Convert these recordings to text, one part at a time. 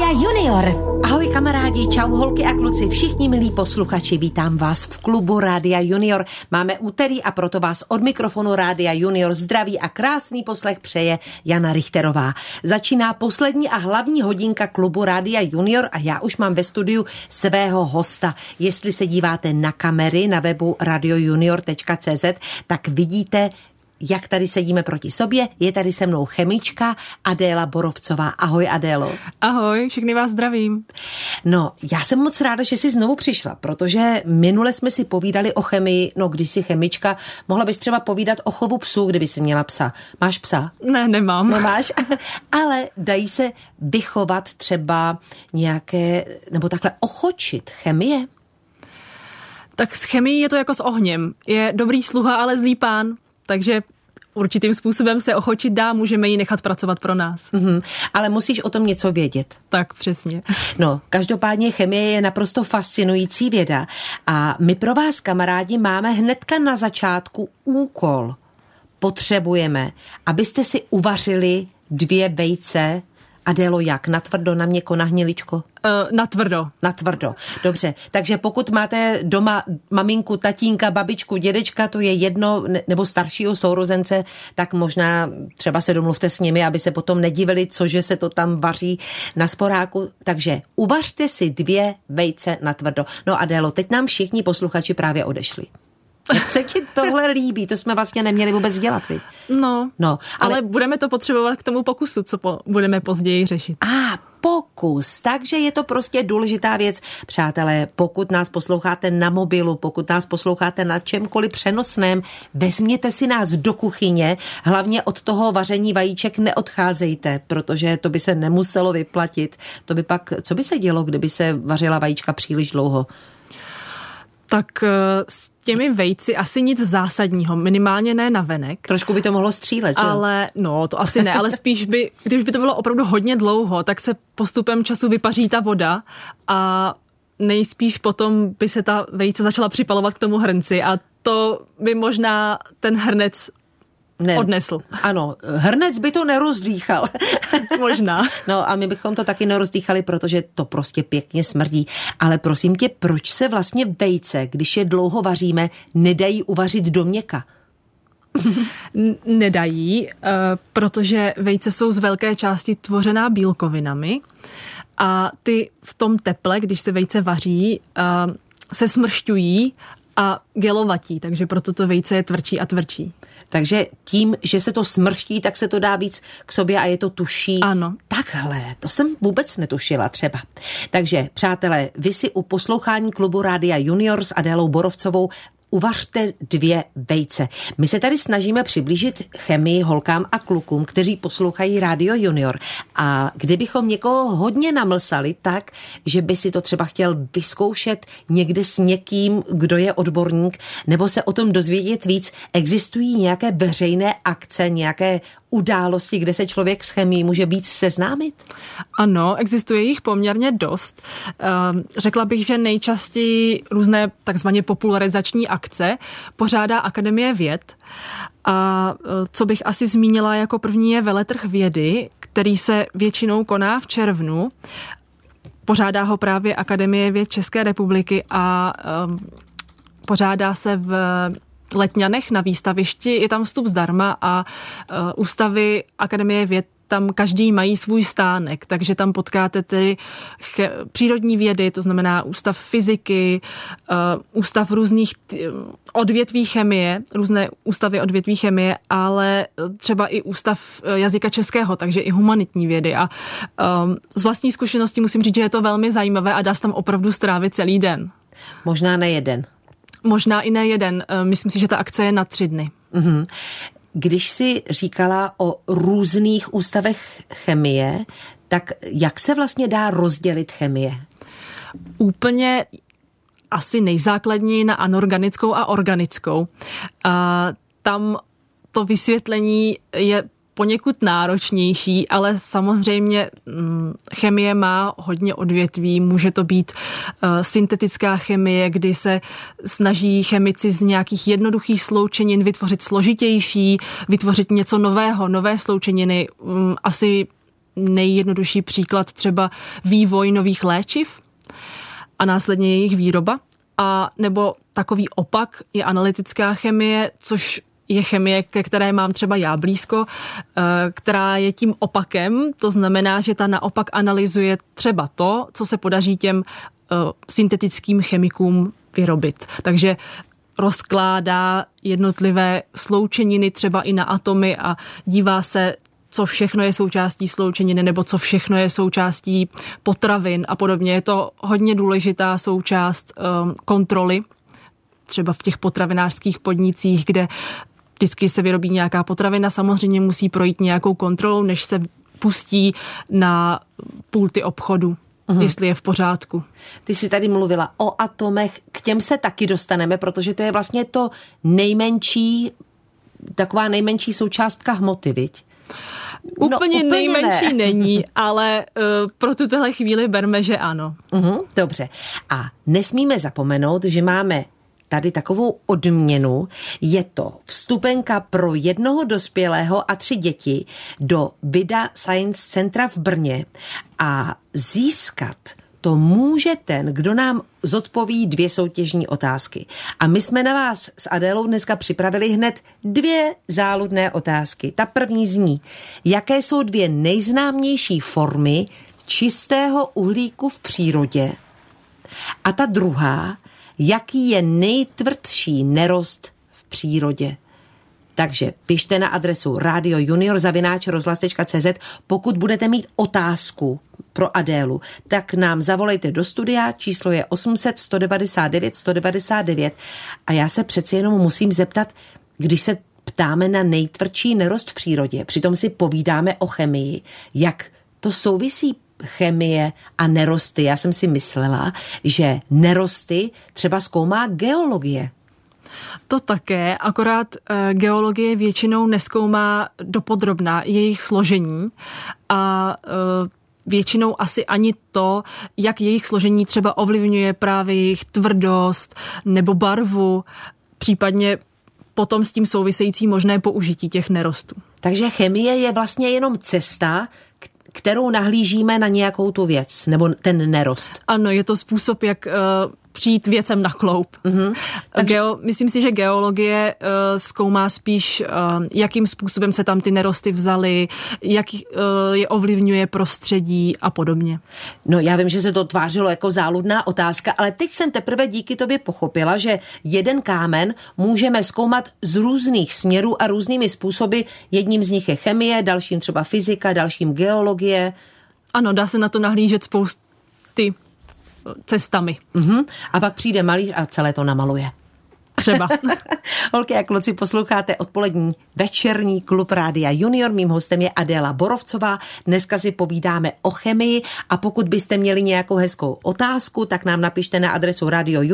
Rádia Junior. Ahoj kamarádi, čau holky a kluci, všichni milí posluchači, vítám vás v klubu Rádia Junior. Máme úterý a proto vás od mikrofonu Rádia Junior zdraví a krásný poslech přeje Jana Richterová. Začíná poslední a hlavní hodinka klubu Rádia Junior a já už mám ve studiu svého hosta. Jestli se díváte na kamery na webu radiojunior.cz, tak vidíte, jak tady sedíme proti sobě. Je tady se mnou chemička Adéla Borovcová. Ahoj Adélo. Ahoj, všechny vás zdravím. No, já jsem moc ráda, že jsi znovu přišla, protože minule jsme si povídali o chemii, no když jsi chemička, mohla bys třeba povídat o chovu psů, kdyby jsi měla psa. Máš psa? Ne, nemám. Nemáš? Ale dají se vychovat třeba nějaké, nebo takhle ochočit chemie? Tak s chemií je to jako s ohněm. Je dobrý sluha, ale zlý pán. Takže určitým způsobem se ochočit dá, můžeme ji nechat pracovat pro nás. Ale musíš o tom něco vědět. Tak, přesně. No, každopádně chemie je naprosto fascinující věda a my pro vás, kamarádi, máme hnedka na začátku úkol. Potřebujeme, abyste si uvařili 2 vejce. Adélo, jak? Natvrdo, na měkko, na hniličko? Natvrdo. Natvrdo. Dobře, takže pokud máte doma maminku, tatínka, babičku, dědečka, to je jedno, nebo staršího sourozence, tak možná třeba se domluvte s nimi, aby se potom nedivili, cože se to tam vaří na sporáku. Takže uvařte si 2 vejce natvrdo. No Adélo, teď nám všichni posluchači právě odešli. Jak se ti tohle líbí? To jsme vlastně neměli vůbec dělat, viď? No, ale budeme to potřebovat k tomu pokusu, co budeme později řešit. Pokus, takže je to prostě důležitá věc. Přátelé, pokud nás posloucháte na mobilu, pokud nás posloucháte na čemkoliv přenosném, vezměte si nás do kuchyně, hlavně od toho vaření vajíček neodcházejte, protože to by se nemuselo vyplatit. To by pak, co by se dělo, kdyby se vařila vajíčka příliš dlouho? Tak s těmi vejci asi nic zásadního, minimálně ne navenek. Trošku by to mohlo střílet, že? Ale, no, to asi ne, ale spíš když by to bylo opravdu hodně dlouho, tak se postupem času vypaří ta voda a nejspíš potom by se ta vejce začala připalovat k tomu hrnci a to by možná ten hrnec odnesl. Ano, hrnec by to nerozdýchal. Možná. No a my bychom to taky nerozdýchali, protože to prostě pěkně smrdí. Ale prosím tě, proč se vlastně vejce, když je dlouho vaříme, nedají uvařit do měka? Nedají, protože vejce jsou z velké části tvořená bílkovinami a ty v tom teple, když se vejce vaří, se smršťují a gelovatí, takže proto to vejce je tvrdší a tvrdší. Takže tím, že se to smrští, tak se to dá víc k sobě a je to tuší. Ano. Takhle, to jsem vůbec netušila třeba. Takže, přátelé, vy si u poslouchání klubu Rádia Junior s Adélou Borovcovou uvařte 2 vejce. My se tady snažíme přiblížit chemii holkám a klukům, kteří poslouchají Rádio Junior. A kdybychom někoho hodně namlsali tak, že by si to třeba chtěl vyzkoušet někde s někým, kdo je odborník, nebo se o tom dozvědět víc, existují nějaké veřejné akce, nějaké události, kde se člověk s chemií může víc seznámit? Ano, existuje jich poměrně dost. Řekla bych, že nejčastěji různé takzvaně popularizační akce pořádá Akademie věd. A co bych asi zmínila jako první je veletrh vědy, který se většinou koná v červnu. Pořádá ho právě Akademie věd České republiky a pořádá se v Letňanech na výstavišti, je tam vstup zdarma a ústavy Akademie věd tam každý mají svůj stánek, takže tam potkáte tedy přírodní vědy, to znamená ústav fyziky, ústav různých odvětví chemie, různé ústavy odvětví chemie, ale třeba i ústav jazyka českého, takže i humanitní vědy. A z vlastní zkušenosti musím říct, že je to velmi zajímavé a dá se tam opravdu strávit celý den. Možná nejeden. Možná i nejeden. Myslím si, že ta akce je na 3 dny. Mm-hmm. Když jsi říkala o různých ústavech chemie, tak jak se vlastně dá rozdělit chemie? Úplně asi nejzákladněji na anorganickou a organickou. Tam to vysvětlení je poněkud náročnější, ale samozřejmě chemie má hodně odvětví. Může to být syntetická chemie, kdy se snaží chemici z nějakých jednoduchých sloučenin vytvořit složitější, vytvořit něco nového, nové sloučeniny. Asi nejjednodušší příklad třeba vývoj nových léčiv a následně jejich výroba. A nebo takový opak je analytická chemie, což je chemie, ke které mám třeba já blízko, která je tím opakem, to znamená, že ta naopak analyzuje třeba to, co se podaří těm syntetickým chemikům vyrobit. Takže rozkládá jednotlivé sloučeniny třeba i na atomy a dívá se, co všechno je součástí sloučeniny nebo co všechno je součástí potravin a podobně. Je to hodně důležitá součást kontroly, třeba v těch potravinářských podnicích, kde vždycky se vyrobí nějaká potravina, samozřejmě musí projít nějakou kontrolou, než se pustí na pulty obchodu. Jestli je v pořádku. Ty jsi tady mluvila o atomech, k těm se taky dostaneme, protože to je vlastně to nejmenší, taková nejmenší součástka hmoty, viď? Úplně nejmenší není, ale pro tuhle chvíli berme, že ano. Dobře. A nesmíme zapomenout, že máme tady takovou odměnu. Je to vstupenka pro 1 dospělého a 3 děti do Vida Science Centra v Brně a získat to může ten, kdo nám zodpoví 2 soutěžní otázky. A my jsme na vás s Adélou dneska připravili hned 2 záludné otázky. Ta první zní, jaké jsou 2 nejznámější formy čistého uhlíku v přírodě? A ta druhá, jaký je nejtvrdší nerost v přírodě? Takže pište na adresu radiojunior@rozhlas.cz. Pokud budete mít otázku pro Adélu, tak nám zavolejte do studia, číslo je 800 199 199 a já se přeci jenom musím zeptat, když se ptáme na nejtvrdší nerost v přírodě, přitom si povídáme o chemii, jak to souvisí chemie a nerosty. Já jsem si myslela, že nerosty třeba zkoumá geologie. To také, akorát geologie většinou nezkoumá dopodrobna jejich složení a většinou asi ani to, jak jejich složení třeba ovlivňuje právě jejich tvrdost nebo barvu, případně potom s tím související možné použití těch nerostů. Takže chemie je vlastně jenom cesta, kterou nahlížíme na nějakou tu věc, nebo ten nerost. Ano, je to způsob, jak přijít věcem na kloub. Takže myslím si, že geologie zkoumá spíš, jakým způsobem se tam ty nerosty vzaly, jak je ovlivňuje prostředí a podobně. No já vím, že se to tvářilo jako záludná otázka, ale teď jsem teprve díky tobě pochopila, že jeden kámen můžeme zkoumat z různých směrů a různými způsoby. Jedním z nich je chemie, dalším třeba fyzika, dalším geologie. Ano, dá se na to nahlížet spousty cestami. A pak přijde malíř a celé to namaluje. Třeba. Holky a kluci, posloucháte odpolední večerní klub Rádia Junior. Mým hostem je Adéla Borovcová. Dneska si povídáme o chemii a pokud byste měli nějakou hezkou otázku, tak nám napište na adresu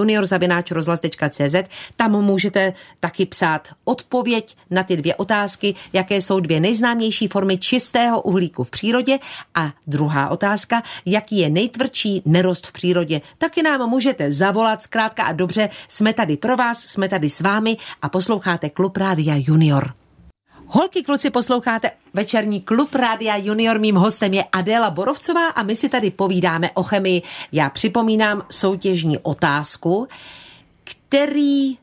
radiojunior@rozhlas.cz. Tam můžete taky psát odpověď na ty 2 otázky, jaké jsou 2 nejznámější formy čistého uhlíku v přírodě a druhá otázka, jaký je nejtvrdší nerost v přírodě. Taky nám můžete zavolat, zkrátka a dobře, jsme tady pro vás, jsme tady s vámi a posloucháte Klub Rádia Junior. Holky, kluci, posloucháte večerní Klub Rádia Junior. Mým hostem je Adéla Borovcová a my si tady povídáme o chemii. Já připomínám soutěžní otázku, který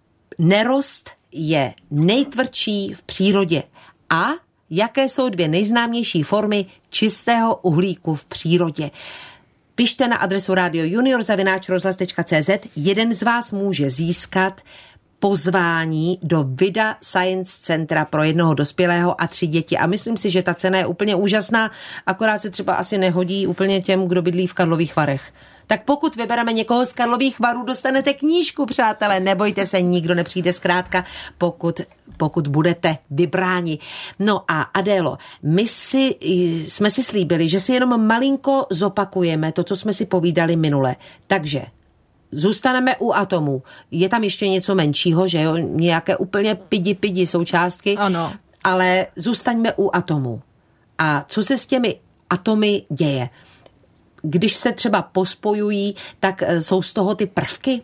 nerost je nejtvrdší v přírodě a jaké jsou 2 nejznámější formy čistého uhlíku v přírodě. Pište na adresu radiojunior@rozhlas.cz. Jeden z vás může získat pozvání do Vida Science Centra pro 1 dospělého a 3 děti. A myslím si, že ta cena je úplně úžasná, akorát se třeba asi nehodí úplně těm, kdo bydlí v Karlových Varech. Tak pokud vybereme někoho z Karlových Varů, dostanete knížku, přátelé. Nebojte se, nikdo nepřijde zkrátka, pokud budete vybráni. No a Adélo, jsme si slíbili, že si jenom malinko zopakujeme to, co jsme si povídali minule. Takže zůstaneme u atomů. Je tam ještě něco menšího, že jo? Nějaké úplně pidi součástky. Ano. Ale zůstaňme u atomů. A co se s těmi atomy děje? Když se třeba pospojují, tak jsou z toho ty prvky?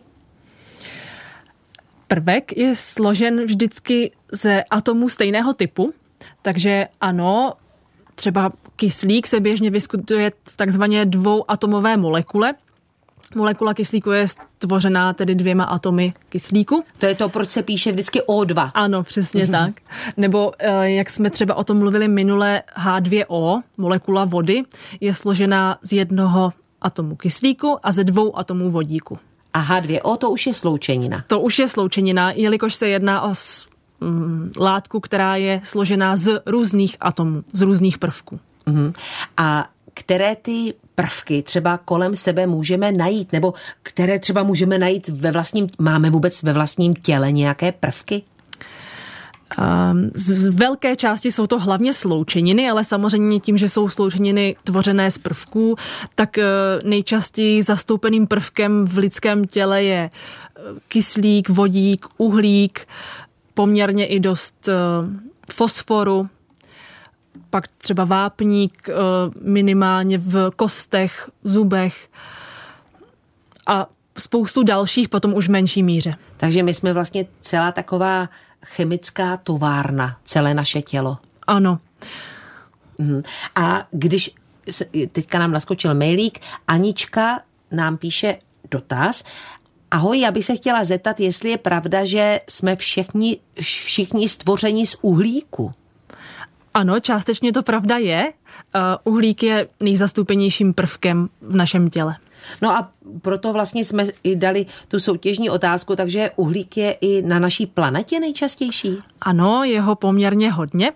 Prvek je složen vždycky ze atomů stejného typu, takže ano, třeba kyslík se běžně vyskytuje v takzvaně dvouatomové molekule. Molekula kyslíku je tvořená tedy 2 atomy kyslíku. To je to, proč se píše vždycky O2. Ano, přesně tak. Nebo jak jsme třeba o tom mluvili minule, H2O, molekula vody, je složená z 1 atomu kyslíku a ze 2 atomů vodíku. A H2O to už je sloučenina. To už je sloučenina, jelikož se jedná o látku, která je složená z různých atomů, z různých prvků. A které ty prvky třeba kolem sebe můžeme najít, nebo které třeba můžeme najít máme vůbec ve vlastním těle nějaké prvky? Z velké části jsou to hlavně sloučeniny, ale samozřejmě tím, že jsou sloučeniny tvořené z prvků, tak nejčastěji zastoupeným prvkem v lidském těle je kyslík, vodík, uhlík, poměrně i dost fosforu, pak třeba vápník minimálně v kostech, zubech a spoustu dalších potom už v menší míře. Takže my jsme vlastně celá taková chemická továrna, celé naše tělo. Ano. A když teďka nám naskočil mailík, Anička nám píše dotaz. Ahoj, já bych se chtěla zeptat, jestli je pravda, že jsme všichni stvořeni z uhlíku. Ano, částečně to pravda je. Uhlík je nejzastoupenějším prvkem v našem těle. No a proto vlastně jsme i dali tu soutěžní otázku, takže uhlík je i na naší planetě nejčastější? Ano, je ho poměrně hodně.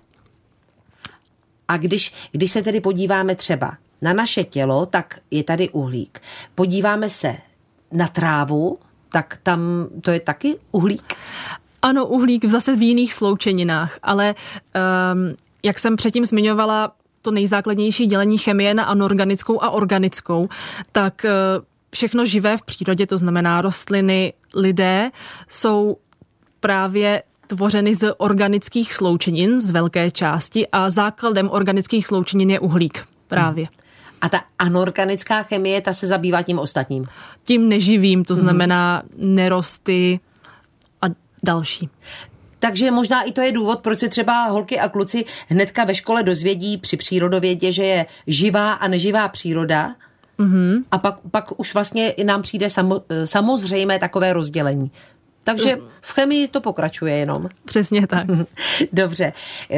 A když se tedy podíváme třeba na naše tělo, tak je tady uhlík. Podíváme se na trávu, tak tam to je taky uhlík? Ano, uhlík zase v jiných sloučeninách, ale jak jsem předtím zmiňovala, to nejzákladnější dělení chemie na anorganickou a organickou, tak všechno živé v přírodě, to znamená rostliny, lidé, jsou právě tvořeny z organických sloučenin z velké části a základem organických sloučenin je uhlík právě. A ta anorganická chemie, ta se zabývá tím ostatním? Tím neživým, to znamená nerosty a další. Takže možná i to je důvod, proč se třeba holky a kluci hnedka ve škole dozvědí při přírodovědě, že je živá a neživá příroda. A pak už vlastně nám přijde samozřejmé takové rozdělení. Takže v chemii to pokračuje jenom. Přesně tak. Dobře.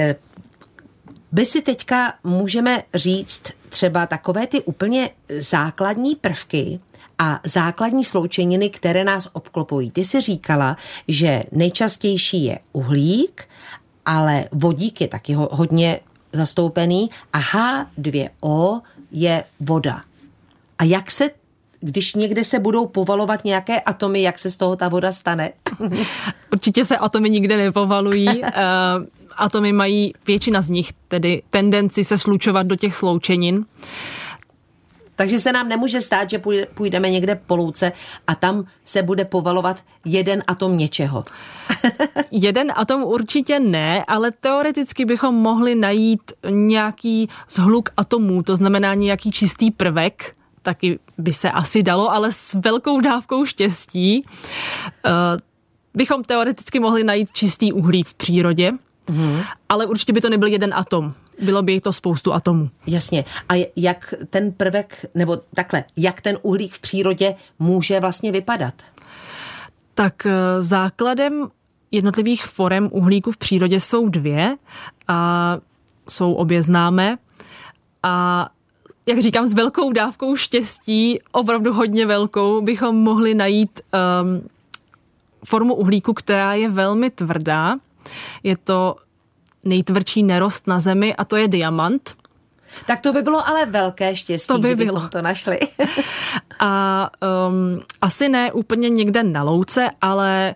My si teďka můžeme říct třeba takové ty úplně základní prvky a základní sloučeniny, které nás obklopují. Ty jsi říkala, že nejčastější je uhlík, ale vodík je taky hodně zastoupený a H2O je voda. A jak se, když někde se budou povalovat nějaké atomy, jak se z toho ta voda stane? Určitě se atomy nikde nepovalují. Atomy mají, většina z nich tedy tendenci se slučovat do těch sloučenin. Takže se nám nemůže stát, že půjdeme někde po louce a tam se bude povalovat jeden atom něčeho. Jeden atom určitě ne, ale teoreticky bychom mohli najít nějaký shluk atomů, to znamená nějaký čistý prvek, taky by se asi dalo, ale s velkou dávkou štěstí bychom teoreticky mohli najít čistý uhlík v přírodě, ale určitě by to nebyl jeden atom. Bylo by to spoustu atomů. Jasně. A jak ten prvek, nebo takhle, jak ten uhlík v přírodě může vlastně vypadat? Tak základem jednotlivých forem uhlíku v přírodě jsou 2 a jsou obě známé. A jak říkám, s velkou dávkou štěstí, opravdu hodně velkou, bychom mohli najít formu uhlíku, která je velmi tvrdá. Je to nejtvrdší nerost na Zemi a to je diamant. Tak to by bylo ale velké štěstí, kdybychom to našli. A asi ne úplně někde na louce, ale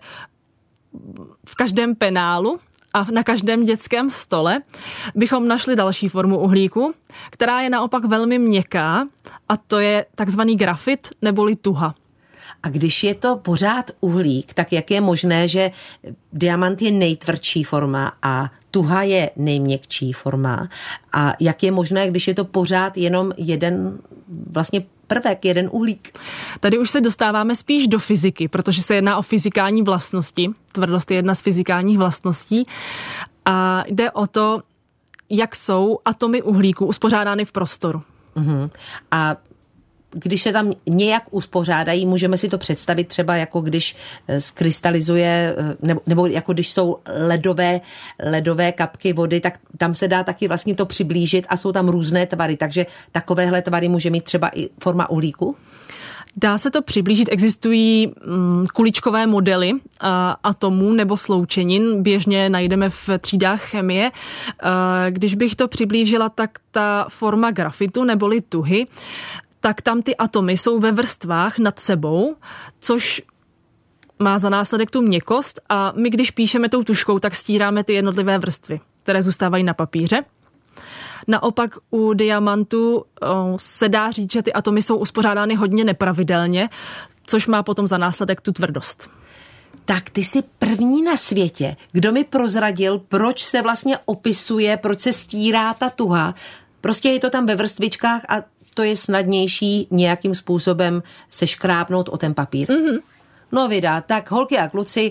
v každém penálu a na každém dětském stole bychom našli další formu uhlíku, která je naopak velmi měkká a to je takzvaný grafit neboli tuha. A když je to pořád uhlík, tak jak je možné, že diamant je nejtvrdší forma a tuha je nejměkčí forma? A jak je možné, když je to pořád jenom jeden vlastně prvek, jeden uhlík? Tady už se dostáváme spíš do fyziky, protože se jedná o fyzikální vlastnosti. Tvrdost je jedna z fyzikálních vlastností. A jde o to, jak jsou atomy uhlíku uspořádány v prostoru. A když se tam nějak uspořádají, můžeme si to představit třeba jako když skrystalizuje, nebo jako když jsou ledové kapky vody, tak tam se dá taky vlastně to přiblížit a jsou tam různé tvary, takže takovéhle tvary může mít třeba i forma uhlíku? Dá se to přiblížit, existují kuličkové modely atomů nebo sloučenin, běžně najdeme v třídách chemie. Když bych to přiblížila, tak ta forma grafitu neboli tuhy, tak tam ty atomy jsou ve vrstvách nad sebou, což má za následek tu měkkost a my, když píšeme tou tužkou, tak stíráme ty jednotlivé vrstvy, které zůstávají na papíře. Naopak u diamantu se dá říct, že ty atomy jsou uspořádány hodně nepravidelně, což má potom za následek tu tvrdost. Tak ty jsi první na světě, kdo mi prozradil, proč se vlastně opisuje, proč se stírá ta tuha. Prostě je to tam ve vrstvičkách a to je snadnější nějakým způsobem se škrábnout o ten papír. No vydá, tak holky a kluci,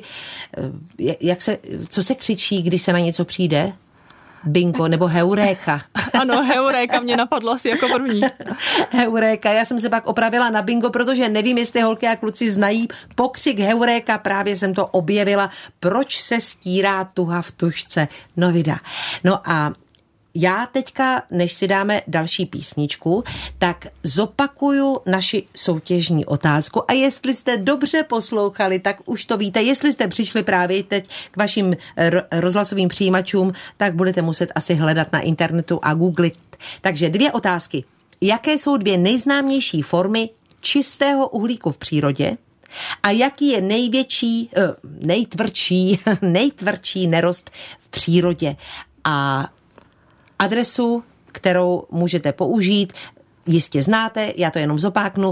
co se křičí, když se na něco přijde? Bingo nebo heuréka. Ano, heuréka mě napadlo asi jako první. Heuréka, já jsem se pak opravila na bingo, protože nevím, jestli holky a kluci znají pokřik heuréka, právě jsem to objevila. Proč se stírá tuha v tužce? No vydá. No a já teďka, než si dáme další písničku, tak zopakuju naši soutěžní otázku a jestli jste dobře poslouchali, tak už to víte. Jestli jste přišli právě teď k vašim rozhlasovým přijímačům, tak budete muset asi hledat na internetu a googlit. Takže 2 otázky. Jaké jsou 2 nejznámější formy čistého uhlíku v přírodě? A jaký je nejtvrdší nerost v přírodě? A adresu, kterou můžete použít, jistě znáte, já to jenom zopáknu,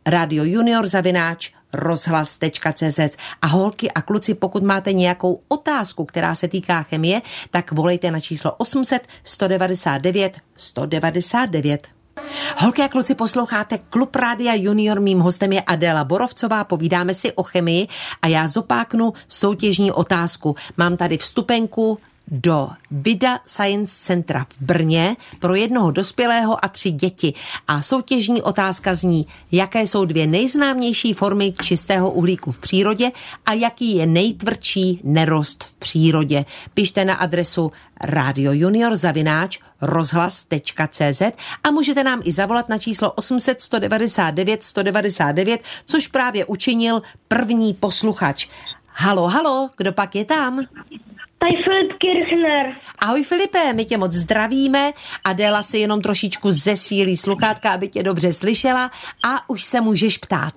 radiojunior@rozhlas.cz. A holky a kluci, pokud máte nějakou otázku, která se týká chemie, tak volejte na číslo 800 199 199. Holky a kluci, posloucháte Klub Rádia Junior, mým hostem je Adéla Borovcová, povídáme si o chemii a já zopáknu soutěžní otázku. Mám tady vstupenku do Vida Science Centra v Brně pro 1 dospělého a 3 děti. A soutěžní otázka zní, jaké jsou 2 nejznámější formy čistého uhlíku v přírodě a jaký je nejtvrdší nerost v přírodě. Pište na adresu radiojunior@rozhlas.cz a můžete nám i zavolat na číslo 800 199 199, což právě učinil první posluchač. Halo, kdo pak je tam? Tady Filip Kirchner. Ahoj Filipe, my tě moc zdravíme. Adéla si jenom trošičku zesílí sluchátka, aby tě dobře slyšela a už se můžeš ptát.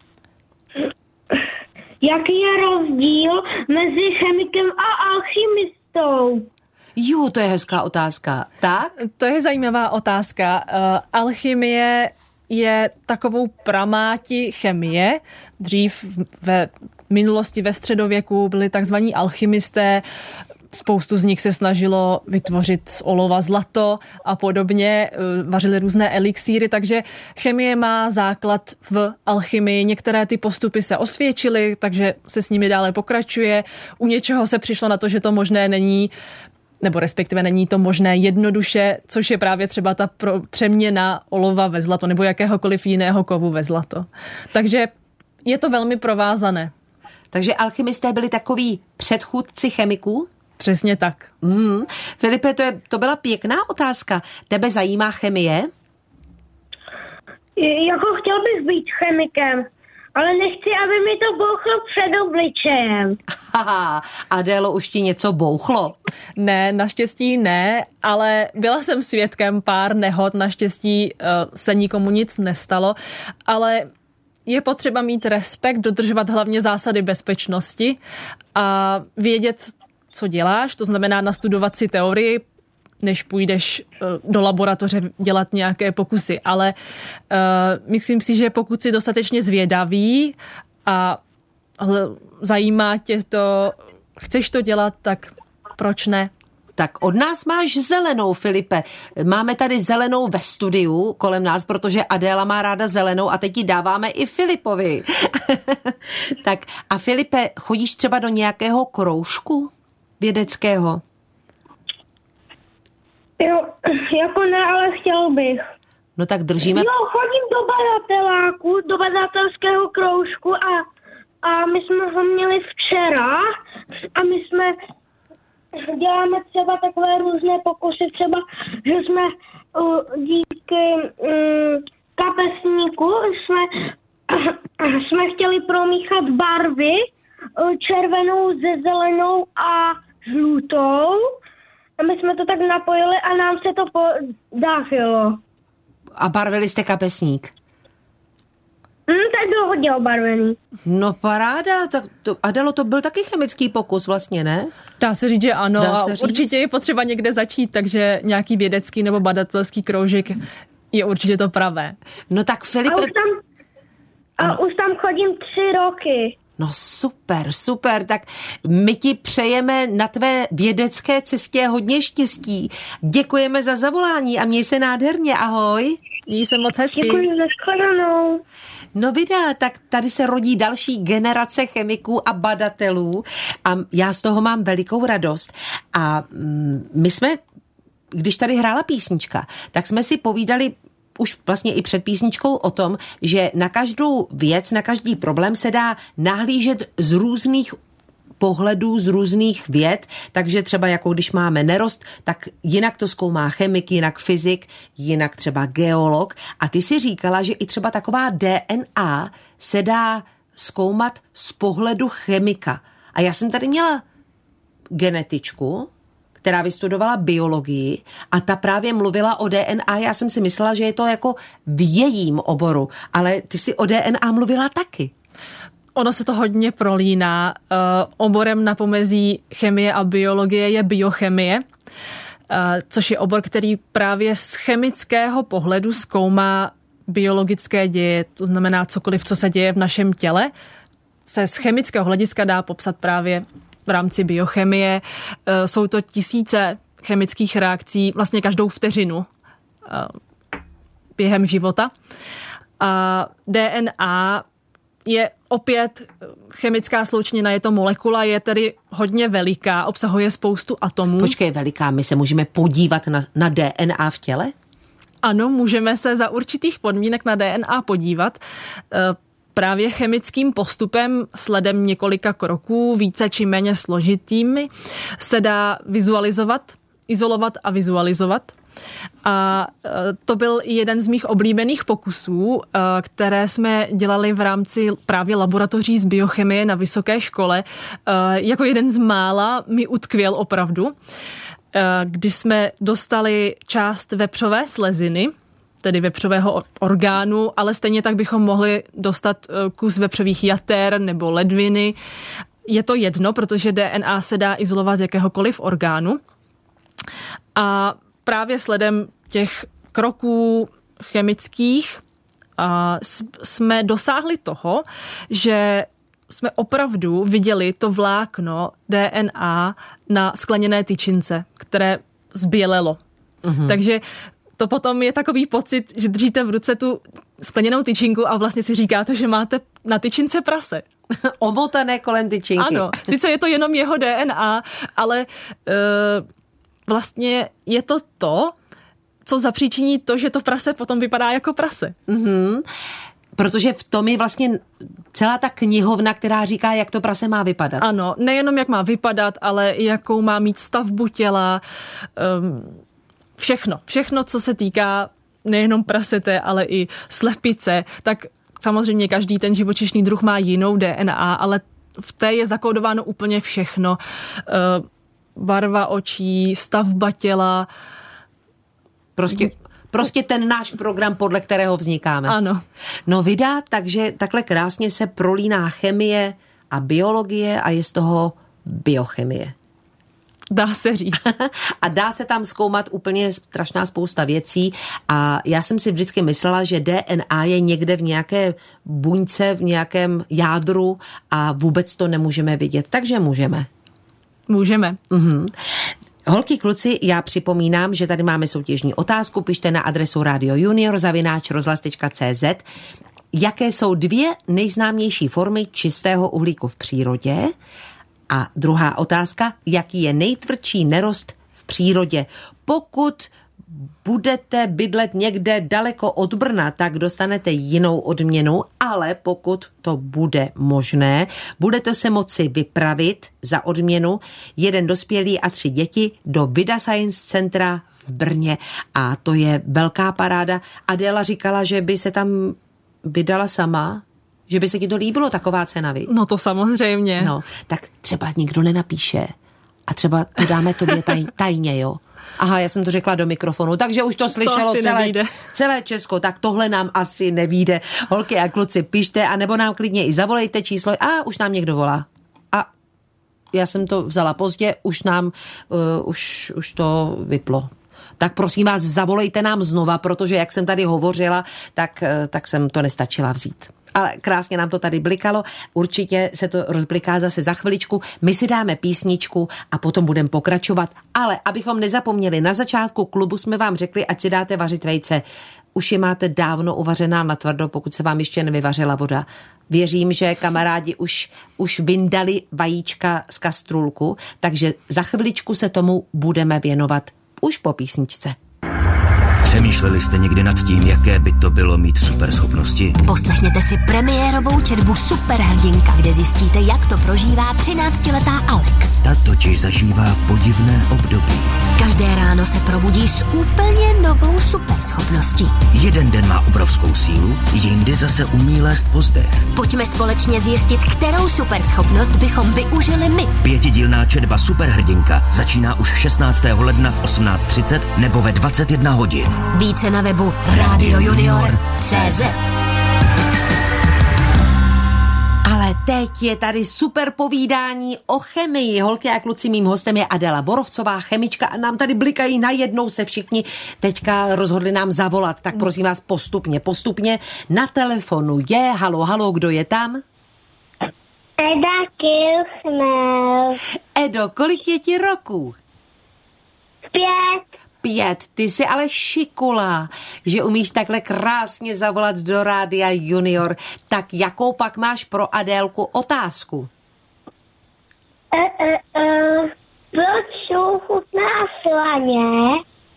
Jaký je rozdíl mezi chemikem a alchymistou? To je hezká otázka. Tak? To je zajímavá otázka. Alchymie je takovou pramáti chemie. Dřív ve minulosti ve středověku byli takzvaní alchymisté, spoustu z nich se snažilo vytvořit z olova zlato a podobně, vařili různé elixíry, takže chemie má základ v alchymii. Některé ty postupy se osvědčily, takže se s nimi dále pokračuje. U něčeho se přišlo na to, že to možné není, nebo respektive není to možné jednoduše, což je právě třeba ta přeměna olova ve zlato nebo jakéhokoliv jiného kovu ve zlato. Takže je to velmi provázané. Takže alchymisté byli takoví předchůdci chemiků? Přesně tak. Filipe, to byla pěkná otázka. Tebe zajímá chemie? Jako chtěl bych být chemikem, ale nechci, aby mi to bouchlo před obličejem. Haha, Adélo, už ti něco bouchlo? Ne, naštěstí ne, ale byla jsem svědkem pár nehod, naštěstí se nikomu nic nestalo, ale je potřeba mít respekt, dodržovat hlavně zásady bezpečnosti a vědět, co děláš, to znamená nastudovat si teorii, než půjdeš do laboratoře dělat nějaké pokusy. Ale myslím si, že pokud jsi dostatečně zvědavý a zajímá tě to, chceš to dělat, tak proč ne? Tak od nás máš zelenou, Filipe. Máme tady zelenou ve studiu kolem nás, protože Adéla má ráda zelenou a teď ji dáváme i Filipovi. Tak a Filipe, chodíš třeba do nějakého kroužku vědeckého? Jo, jako ne, ale chtěl bych. No tak držíme... Jo, chodím do badateláku, do badatelského kroužku a my jsme ho měli včera a my jsme děláme třeba takové různé pokusy, třeba, že jsme díky kapesníku jsme chtěli promíchat barvy červenou se zelenou a žlutou a my jsme to tak napojili a nám se to podařilo. A barvili jste kapesník? Tak byl hodně obarvený. No paráda, tak to, Adelo, to byl taky chemický pokus vlastně, ne? Dá se říct, že ano, a určitě je potřeba někde začít, takže nějaký vědecký nebo badatelský kroužek je určitě to pravé. No tak Filipe... Už tam chodím 3 roky. No super, tak my ti přejeme na tvé vědecké cestě hodně štěstí. Děkujeme za zavolání a měj se nádherně, ahoj. Měj se moc hezky. Děkuji za shledanou. No vydá, tak tady se rodí další generace chemiků a badatelů a já z toho mám velikou radost. A my jsme, když tady hrála písnička, tak jsme si povídali už vlastně i před písničkou o tom, že na každou věc, na každý problém se dá nahlížet z různých pohledů, z různých věd, takže třeba jako když máme nerost, tak jinak to zkoumá chemik, jinak fyzik, jinak třeba geolog. A ty si říkala, že i třeba taková DNA se dá zkoumat z pohledu chemika. A já jsem tady měla genetičku, která vystudovala biologii a ta právě mluvila o DNA. Já jsem si myslela, že je to jako v jejím oboru, ale ty si o DNA mluvila taky. Ono se to hodně prolíná. Oborem na pomezí chemie a biologie je biochemie, což je obor, který právě z chemického pohledu zkoumá biologické děje, to znamená cokoliv, co se děje v našem těle, se z chemického hlediska dá popsat právě v rámci biochemie. Jsou to tisíce chemických reakcí vlastně každou vteřinu během života. A DNA je opět chemická sloučenina, je to molekula, je tedy hodně veliká, obsahuje spoustu atomů. Počkej, veliká, my se můžeme podívat na DNA v těle? Ano, můžeme se za určitých podmínek na DNA podívat. Právě chemickým postupem, sledem několika kroků, více či méně složitými, se dá vizualizovat, izolovat a vizualizovat. A to byl jeden z mých oblíbených pokusů, které jsme dělali v rámci právě laboratoří z biochemie na vysoké škole. Jako jeden z mála mi utkvěl opravdu, kdy jsme dostali část vepřové sleziny, tedy vepřového orgánu, ale stejně tak bychom mohli dostat kus vepřových jater nebo ledviny. Je to jedno, protože DNA se dá izolovat z jakéhokoliv orgánu. A právě sledem těch kroků chemických jsme dosáhli toho, že jsme opravdu viděli to vlákno DNA na skleněné tyčince, které zbělelo. Mhm. Takže to potom je takový pocit, že držíte v ruce tu skleněnou tyčinku a vlastně si říkáte, že máte na tyčince prase. Omotané kolem tyčinky. Ano, sice je to jenom jeho DNA, ale vlastně je to, co zapříčiní to, že to prase potom vypadá jako prase. Mm-hmm. Protože v tom je vlastně celá ta knihovna, která říká, jak to prase má vypadat. Ano, nejenom jak má vypadat, ale jakou má mít stavbu těla, všechno, co se týká nejenom prasete, ale i slepice, tak samozřejmě každý ten živočišný druh má jinou DNA, ale v té je zakódováno úplně všechno. Barva očí, stavba těla. Prostě ten náš program, podle kterého vznikáme. Ano. No vydá, takže takhle krásně se prolíná chemie a biologie a je z toho biochemie. Dá se říct. A dá se tam zkoumat úplně strašná spousta věcí a já jsem si vždycky myslela, že DNA je někde v nějaké buňce, v nějakém jádru a vůbec to nemůžeme vidět. Takže můžeme. Můžeme. Mhm. Holky, kluci, já připomínám, že tady máme soutěžní otázku, pište na adresu radiojunior@rozhlas.cz. Jaké jsou 2 nejznámější formy čistého uhlíku v přírodě? A druhá otázka, jaký je nejtvrdší nerost v přírodě. Pokud budete bydlet někde daleko od Brna, tak dostanete jinou odměnu, ale pokud to bude možné, budete se moci vypravit za odměnu 1 dospělý a 3 děti do Vida Science Centra v Brně. A to je velká paráda. Adéla říkala, že by se tam vydala sama, že by se ti to líbilo, taková cena, vy? No to samozřejmě. No, tak třeba nikdo nenapíše a třeba to dáme tobě tajně, jo? Aha, já jsem to řekla do mikrofonu, takže už to slyšelo celé Česko, tak tohle nám asi nevíde. Holky a kluci, pište, anebo nám klidně i zavolejte číslo. A už nám někdo volá. A já jsem to vzala pozdě, už nám, už to vyplo. Tak prosím vás, zavolejte nám znova, protože jak jsem tady hovořila, tak jsem to nestačila vzít. Ale krásně nám to tady blikalo, určitě se to rozbliká zase za chviličku. My si dáme písničku a potom budeme pokračovat. Ale abychom nezapomněli, na začátku klubu jsme vám řekli, ať si dáte vařit vejce. Už je máte dávno uvařená natvrdo, pokud se vám ještě nevyvařila voda. Věřím, že kamarádi už vyndali vajíčka z kastrůlku, takže za chviličku se tomu budeme věnovat už po písničce. Přemýšleli jste někdy nad tím, jaké by to bylo mít superschopnosti? Poslechněte si premiérovou četbu Superhrdinka, kde zjistíte, jak to prožívá 13letá Alex. Ta totiž zažívá podivné období. Každé ráno se probudí s úplně novou superschopností. Jeden den má obrovskou sílu, jindy zase umí lézt po zdech. Pojďme společně zjistit, kterou superschopnost bychom využili my. 5dílná četba Superhrdinka začíná už 16. ledna v 18:30 nebo ve 21 hodin. Více na webu radiojunior.cz. Ale teď je tady super povídání o chemii. Holky a kluci, mým hostem je Adéla Borovcová, chemička, a nám tady blikají najednou se všichni teďka rozhodli nám zavolat. Tak prosím vás postupně. Na telefonu je, halo, kdo je tam? Eda Kilchner. Edo, kolik je ti roků? 5. Ty jsi ale šikula, že umíš takhle krásně zavolat do Rádia Junior. Tak jakou pak máš pro Adélku otázku? Proč jsou chutná slaně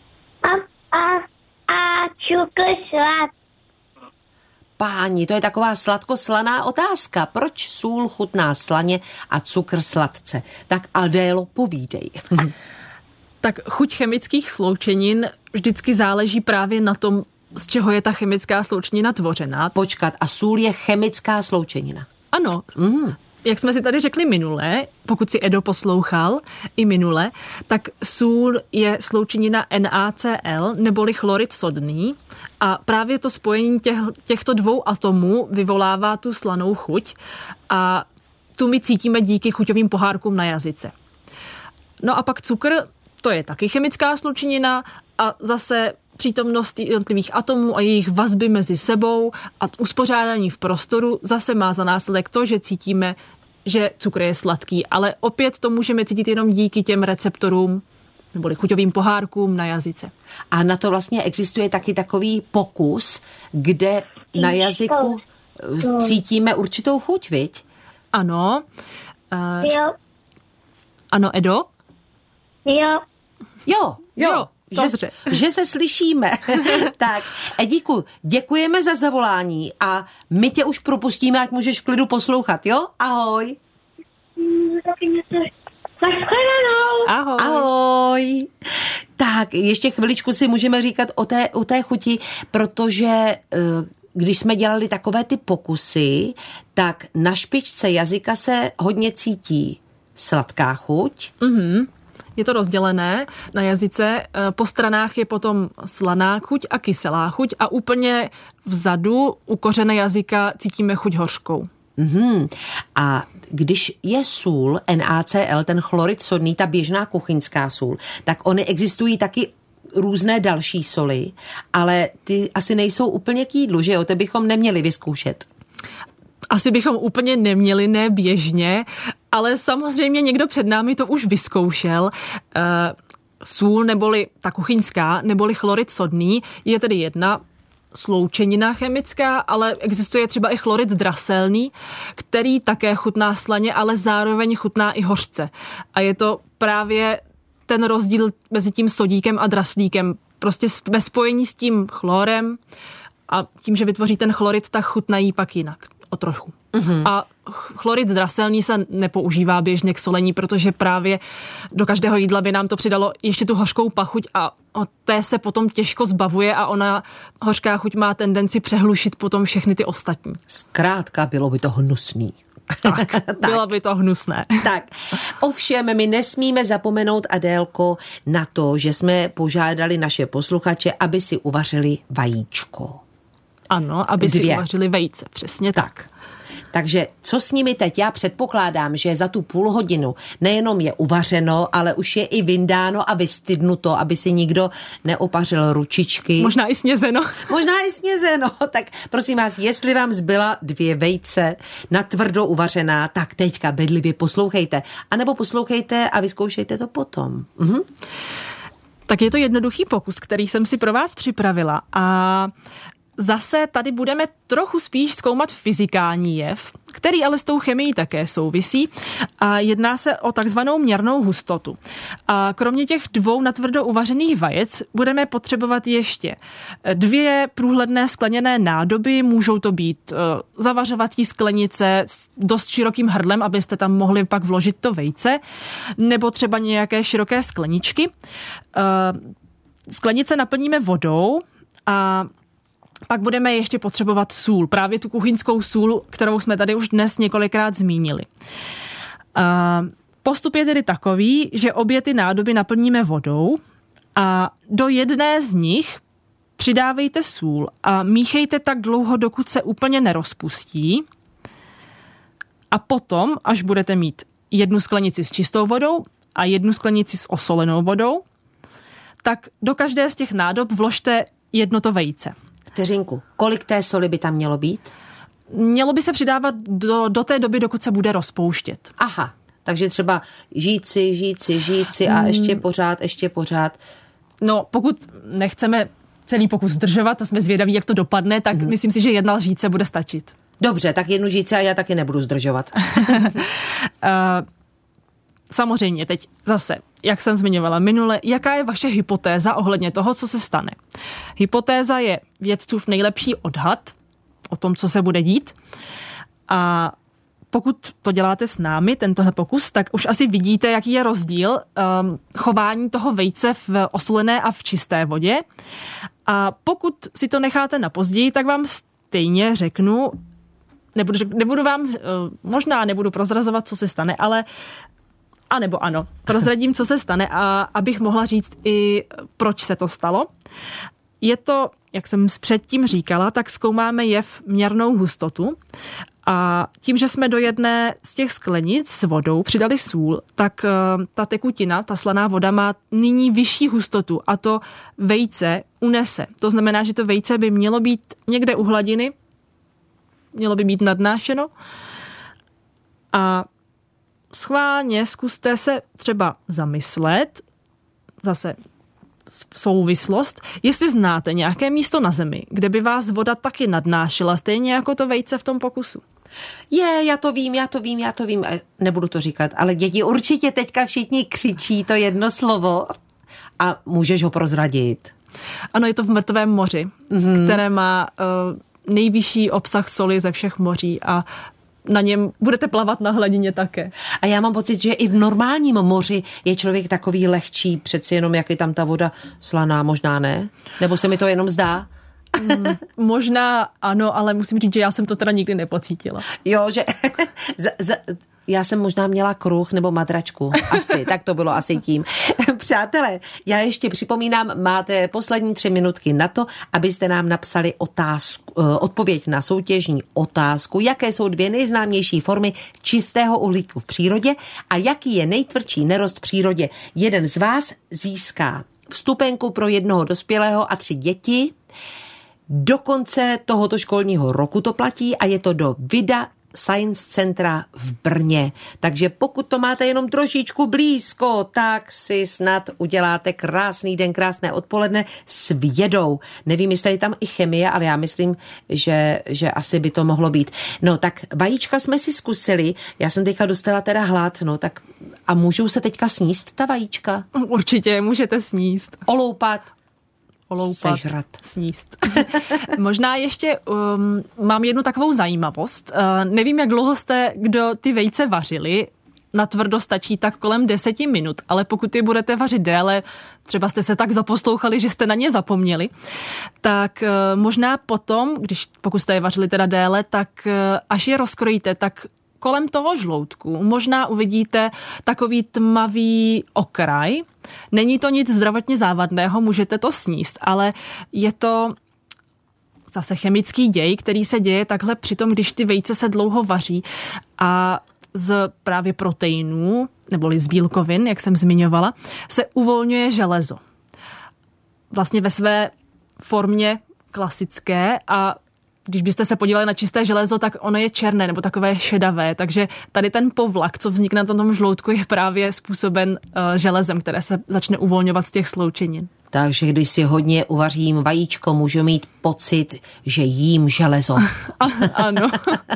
a cukr sladký? Páni, to je taková sladkoslaná otázka. Proč sůl chutná slaně a cukr sladce? Tak Adélo, povídej. Tak chuť chemických sloučenin vždycky záleží právě na tom, z čeho je ta chemická sloučenina tvořená. Počkat, a sůl je chemická sloučenina? Ano. Jak jsme si tady řekli minule, pokud si Edo poslouchal i minule, tak sůl je sloučenina NaCl neboli chlorid sodný a právě to spojení těchto dvou atomů vyvolává tu slanou chuť a tu my cítíme díky chuťovým pohárkům na jazyce. No a pak cukr, to je taky chemická sloučenina a zase přítomnost jednotlivých atomů a jejich vazby mezi sebou a uspořádání v prostoru zase má za následek to, že cítíme, že cukr je sladký, ale opět to můžeme cítit jenom díky těm receptorům neboli chuťovým pohárkům na jazyce. A na to vlastně existuje taky takový pokus, kde na jazyku cítíme určitou chuť, viď? Ano. Jo. Ano, Edo? Jo. Dobře. Že se slyšíme. Tak, Edíku, děkujeme za zavolání a my tě už propustíme, ať můžeš v klidu poslouchat, jo? Ahoj. Ahoj. Ahoj. Tak, ještě chviličku si můžeme říkat o té chuti, protože když jsme dělali takové ty pokusy, tak na špičce jazyka se hodně cítí sladká chuť. Je to rozdělené na jazyce. Po stranách je potom slaná chuť a kyselá chuť a úplně vzadu u kořene jazyka cítíme chuť hořkou. A když je sůl NaCl, ten chlorid sodný, ta běžná kuchyňská sůl, tak ony existují taky různé další soli, ale ty asi nejsou úplně k jídlu, že jo? To bychom neměli vyzkoušet. Asi bychom úplně neměli, ne běžně, ale samozřejmě někdo před námi to už vyzkoušel. Sůl neboli ta kuchyňská, neboli chlorid sodný je tedy jedna sloučenina chemická, ale existuje třeba i chlorid draselný, který také chutná slaně, ale zároveň chutná i hořce. A je to právě ten rozdíl mezi tím sodíkem a draslíkem. Prostě ve spojení s tím chlorem a tím, že vytvoří ten chlorid, tak chutnají pak jinak o trochu. A chlorid draselný se nepoužívá běžně k solení, protože právě do každého jídla by nám to přidalo ještě tu hořkou pachuť a o té se potom těžko zbavuje a ona hořká chuť má tendenci přehlušit potom všechny ty ostatní. Zkrátka bylo by to hnusný. Tak, bylo by to hnusné. Tak, ovšem my nesmíme zapomenout, Adélko, na to, že jsme požádali naše posluchače, aby si uvařili vajíčko. Ano, aby si uvařili vejce, přesně tak. Takže co s nimi teď? Já předpokládám, že za tu půl hodinu nejenom je uvařeno, ale už je i vyndáno a vystydnuto, aby si nikdo neopařil ručičky. Možná i snězeno. Možná i snězeno. Tak prosím vás, jestli vám zbyla 2 vejce natvrdo uvařená, tak teďka bedlivě poslouchejte. A nebo poslouchejte a vyzkoušejte to potom. Tak je to jednoduchý pokus, který jsem si pro vás připravila a zase tady budeme trochu spíš zkoumat fyzikální jev, který ale s tou chemií také souvisí a jedná se o takzvanou měrnou hustotu. A kromě těch 2 natvrdo uvařených vajec budeme potřebovat ještě 2 průhledné skleněné nádoby, můžou to být zavařovací sklenice s dost širokým hrdlem, abyste tam mohli pak vložit to vejce, nebo třeba nějaké široké skleničky. Sklenice naplníme vodou a pak budeme ještě potřebovat sůl, právě tu kuchyňskou sůl, kterou jsme tady už dnes několikrát zmínili. Postup je tedy takový, že obě ty nádoby naplníme vodou a do jedné z nich přidávejte sůl a míchejte tak dlouho, dokud se úplně nerozpustí. A potom, až budete mít 1 sklenici s čistou vodou a 1 sklenici s osolenou vodou, tak do každé z těch nádob vložte 1 to vejce. Vteřinku, kolik té soli by tam mělo být? Mělo by se přidávat do té doby, dokud se bude rozpouštět. Aha, takže třeba žíci a ještě pořád. No, pokud nechceme celý pokus zdržovat a jsme zvědaví, jak to dopadne, tak myslím si, že 1 lžíce bude stačit. Dobře, tak 1 žíci a já taky nebudu zdržovat. Samozřejmě, teď zase, jak jsem zmiňovala minule, jaká je vaše hypotéza ohledně toho, co se stane? Hypotéza je vědcův nejlepší odhad o tom, co se bude dít. A pokud to děláte s námi, tentohle pokus, tak už asi vidíte, jaký je rozdíl chování toho vejce v osolené a v čisté vodě. A pokud si to necháte na později, tak vám stejně řeknu, nebudu vám, možná nebudu prozrazovat, co se stane, ale a nebo ano, prozradím, co se stane a abych mohla říct i, proč se to stalo. Je to, jak jsem předtím říkala, tak zkoumáme jev měrnou hustotu a tím, že jsme do jedné z těch sklenic s vodou přidali sůl, tak ta tekutina, ta slaná voda má nyní vyšší hustotu a to vejce unese. To znamená, že to vejce by mělo být někde u hladiny, mělo by být nadnášeno a schválně zkuste se třeba zamyslet, zase souvislost, jestli znáte nějaké místo na Zemi, kde by vás voda taky nadnášela, stejně jako to vejce v tom pokusu. Já to vím, nebudu to říkat, ale děti určitě teďka všichni křičí to jedno slovo a můžeš ho prozradit. Ano, je to v Mrtvém moři, které má nejvyšší obsah soli ze všech moří a na něm budete plavat na hladině také. A já mám pocit, že i v normálním moři je člověk takový lehčí, přeci jenom jak je tam ta voda slaná, možná ne? Nebo se mi to jenom zdá? Možná ano, ale musím říct, že já jsem to teda nikdy nepocítila. Jo, že já jsem možná měla kruh nebo matračku. Asi, tak to bylo asi tím. Přátelé, já ještě připomínám, máte poslední 3 minutky na to, abyste nám napsali odpověď na soutěžní otázku, jaké jsou 2 nejznámější formy čistého uhlíku v přírodě a jaký je nejtvrdší nerost v přírodě. Jeden z vás získá vstupenku pro 1 dospělého a 3 děti. Do konce tohoto školního roku to platí a je to do Vida Science Centra v Brně. Takže pokud to máte jenom trošičku blízko, tak si snad uděláte krásný den, krásné odpoledne s vědou. Nevím, jestli je tam i chemie, ale já myslím, že asi by to mohlo být. No tak vajíčka jsme si zkusili, já jsem teďka dostala teda hlad, no tak a můžou se teďka sníst ta vajíčka? Určitě, můžete sníst. Oloupat, Sežrat. Sníst. Možná ještě mám jednu takovou zajímavost. Nevím, jak dlouho jste, kdo ty vejce vařili, na tvrdo stačí tak kolem 10 minut, ale pokud je budete vařit déle, třeba jste se tak zaposlouchali, že jste na ně zapomněli, tak možná potom, pokud jste je vařili teda déle, tak až je rozkrojíte, tak kolem toho žloutku možná uvidíte takový tmavý okraj. Není to nic zdravotně závadného, můžete to sníst, ale je to zase chemický děj, který se děje takhle přitom, když ty vejce se dlouho vaří a z právě proteinů, neboli z bílkovin, jak jsem zmiňovala, se uvolňuje železo. Vlastně ve své formě klasické a když byste se podívali na čisté železo, tak ono je černé nebo takové šedavé, takže tady ten povlak, co vznikne na tom žloutku, je právě způsoben železem, které se začne uvolňovat z těch sloučenin. Takže když si hodně uvařím vajíčko, můžu mít pocit, že jím železo. Ano.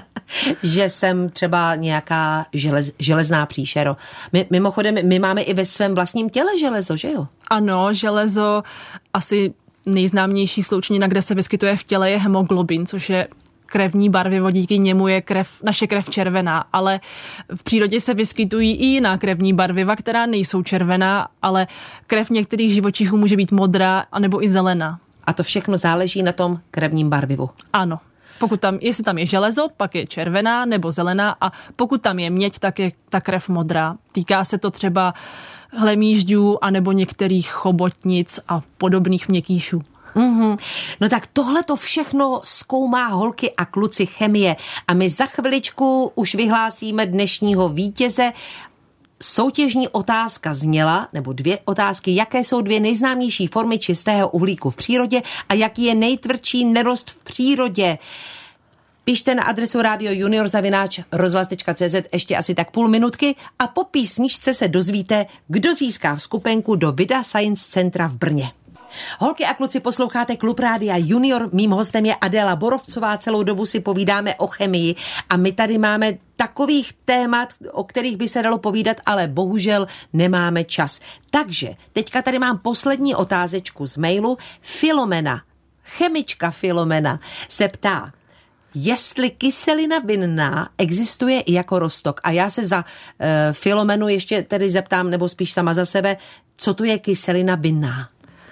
Že jsem třeba nějaká železná příšero. Mimochodem, my máme i ve svém vlastním těle železo, že jo? Ano, železo asi nejznámější sloučenina, kde se vyskytuje v těle, je hemoglobin, což je krevní barvivo, díky němu je naše krev červená, ale v přírodě se vyskytují i jiná krevní barviva, která nejsou červená, ale krev některých živočichů může být modrá anebo i zelená. A to všechno záleží na tom krevním barvivu. Ano. Jestli tam je železo, pak je červená nebo zelená a pokud tam je měď, tak je ta krev modrá. Týká se to třeba hlemýžďů anebo některých chobotnic a podobných měkkýšů. Mm-hmm. No tak tohle to všechno zkoumá holky a kluci chemie a my za chviličku už vyhlásíme dnešního vítěze. Soutěžní otázka zněla, nebo 2 otázky, jaké jsou 2 nejznámější formy čistého uhlíku v přírodě a jaký je nejtvrdší nerost v přírodě. Pište na adresu radiojunior@rozhlas.cz ještě asi tak půl minutky a po písničce se dozvíte, kdo získá vstupenku do Vida Science Centra v Brně. Holky a kluci, posloucháte Klub Rádia Junior, mým hostem je Adéla Borovcová, celou dobu si povídáme o chemii a my tady máme takových témat, o kterých by se dalo povídat, ale bohužel nemáme čas. Takže teďka tady mám poslední otázečku z mailu. Filomena, chemička Filomena se ptá, jestli kyselina vinná existuje i jako roztok. A já se za Filomenu ještě tedy zeptám, nebo spíš sama za sebe, co to je kyselina vinná?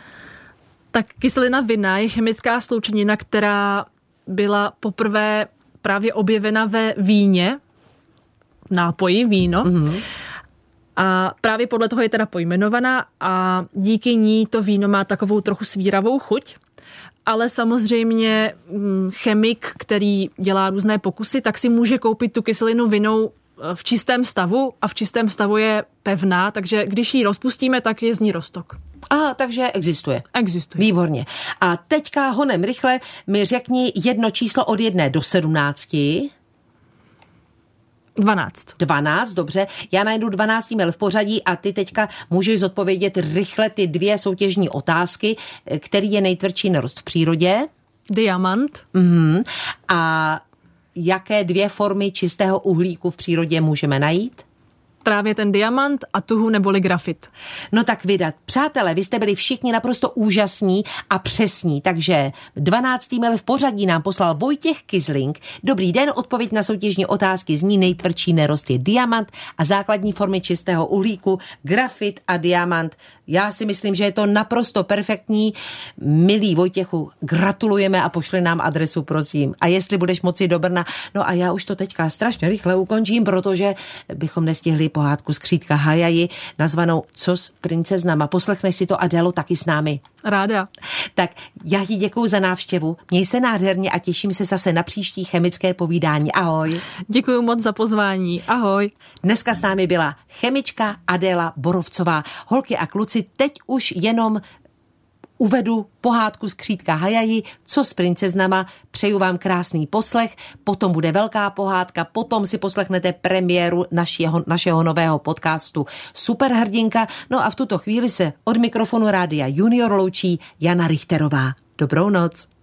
Tak kyselina vinná je chemická sloučenina, která byla poprvé právě objevena ve víně, v nápoji víno. Mm-hmm. A právě podle toho je teda pojmenovaná a díky ní to víno má takovou trochu svíravou chuť. Ale samozřejmě chemik, který dělá různé pokusy, tak si může koupit tu kyselinu vinnou v čistém stavu a v čistém stavu je pevná, takže když ji rozpustíme, tak je z ní roztok. Aha, takže existuje. Existuje. Výborně. A teďka honem rychle mi řekni jedno číslo od 1 do 17. 12. 12, dobře. Já najdu 12 mail v pořadí a ty teďka můžeš zodpovědět rychle ty 2 soutěžní otázky, který je nejtvrdší nerost v přírodě. Diamant. Mm-hmm. A jaké 2 formy čistého uhlíku v přírodě můžeme najít? Právě ten diamant a tuhu neboli grafit. No tak vydat. Přátelé, vy jste byli všichni naprosto úžasní a přesní, takže 12. mail v pořadí nám poslal Vojtěch Kizling. Dobrý den, odpověď na soutěžní otázky zní nejtvrdší nerost je diamant a základní formy čistého uhlíku, grafit a diamant. Já si myslím, že je to naprosto perfektní. Milý Vojtěchu, gratulujeme a pošli nám adresu, prosím. A jestli budeš moci do Brna, no a já už to teďka strašně rychle ukončím, protože bychom nestihli pohádku z Křídka Hajaji, nazvanou Co s princeznama. Poslechneš si to, Adélo, taky s námi? Ráda. Tak já ti děkuju za návštěvu. Měj se nádherně a těším se zase na příští chemické povídání. Ahoj. Děkuju moc za pozvání. Ahoj. Dneska s námi byla chemička Adéla Borovcová. Holky a kluci, teď už jenom uvedu pohádku z Křídka Hajaji, Co s princeznama. Přeju vám krásný poslech, potom bude velká pohádka, potom si poslechnete premiéru našeho nového podcastu Superhrdinka. No a v tuto chvíli se od mikrofonu Rádia Junior loučí Jana Richterová. Dobrou noc.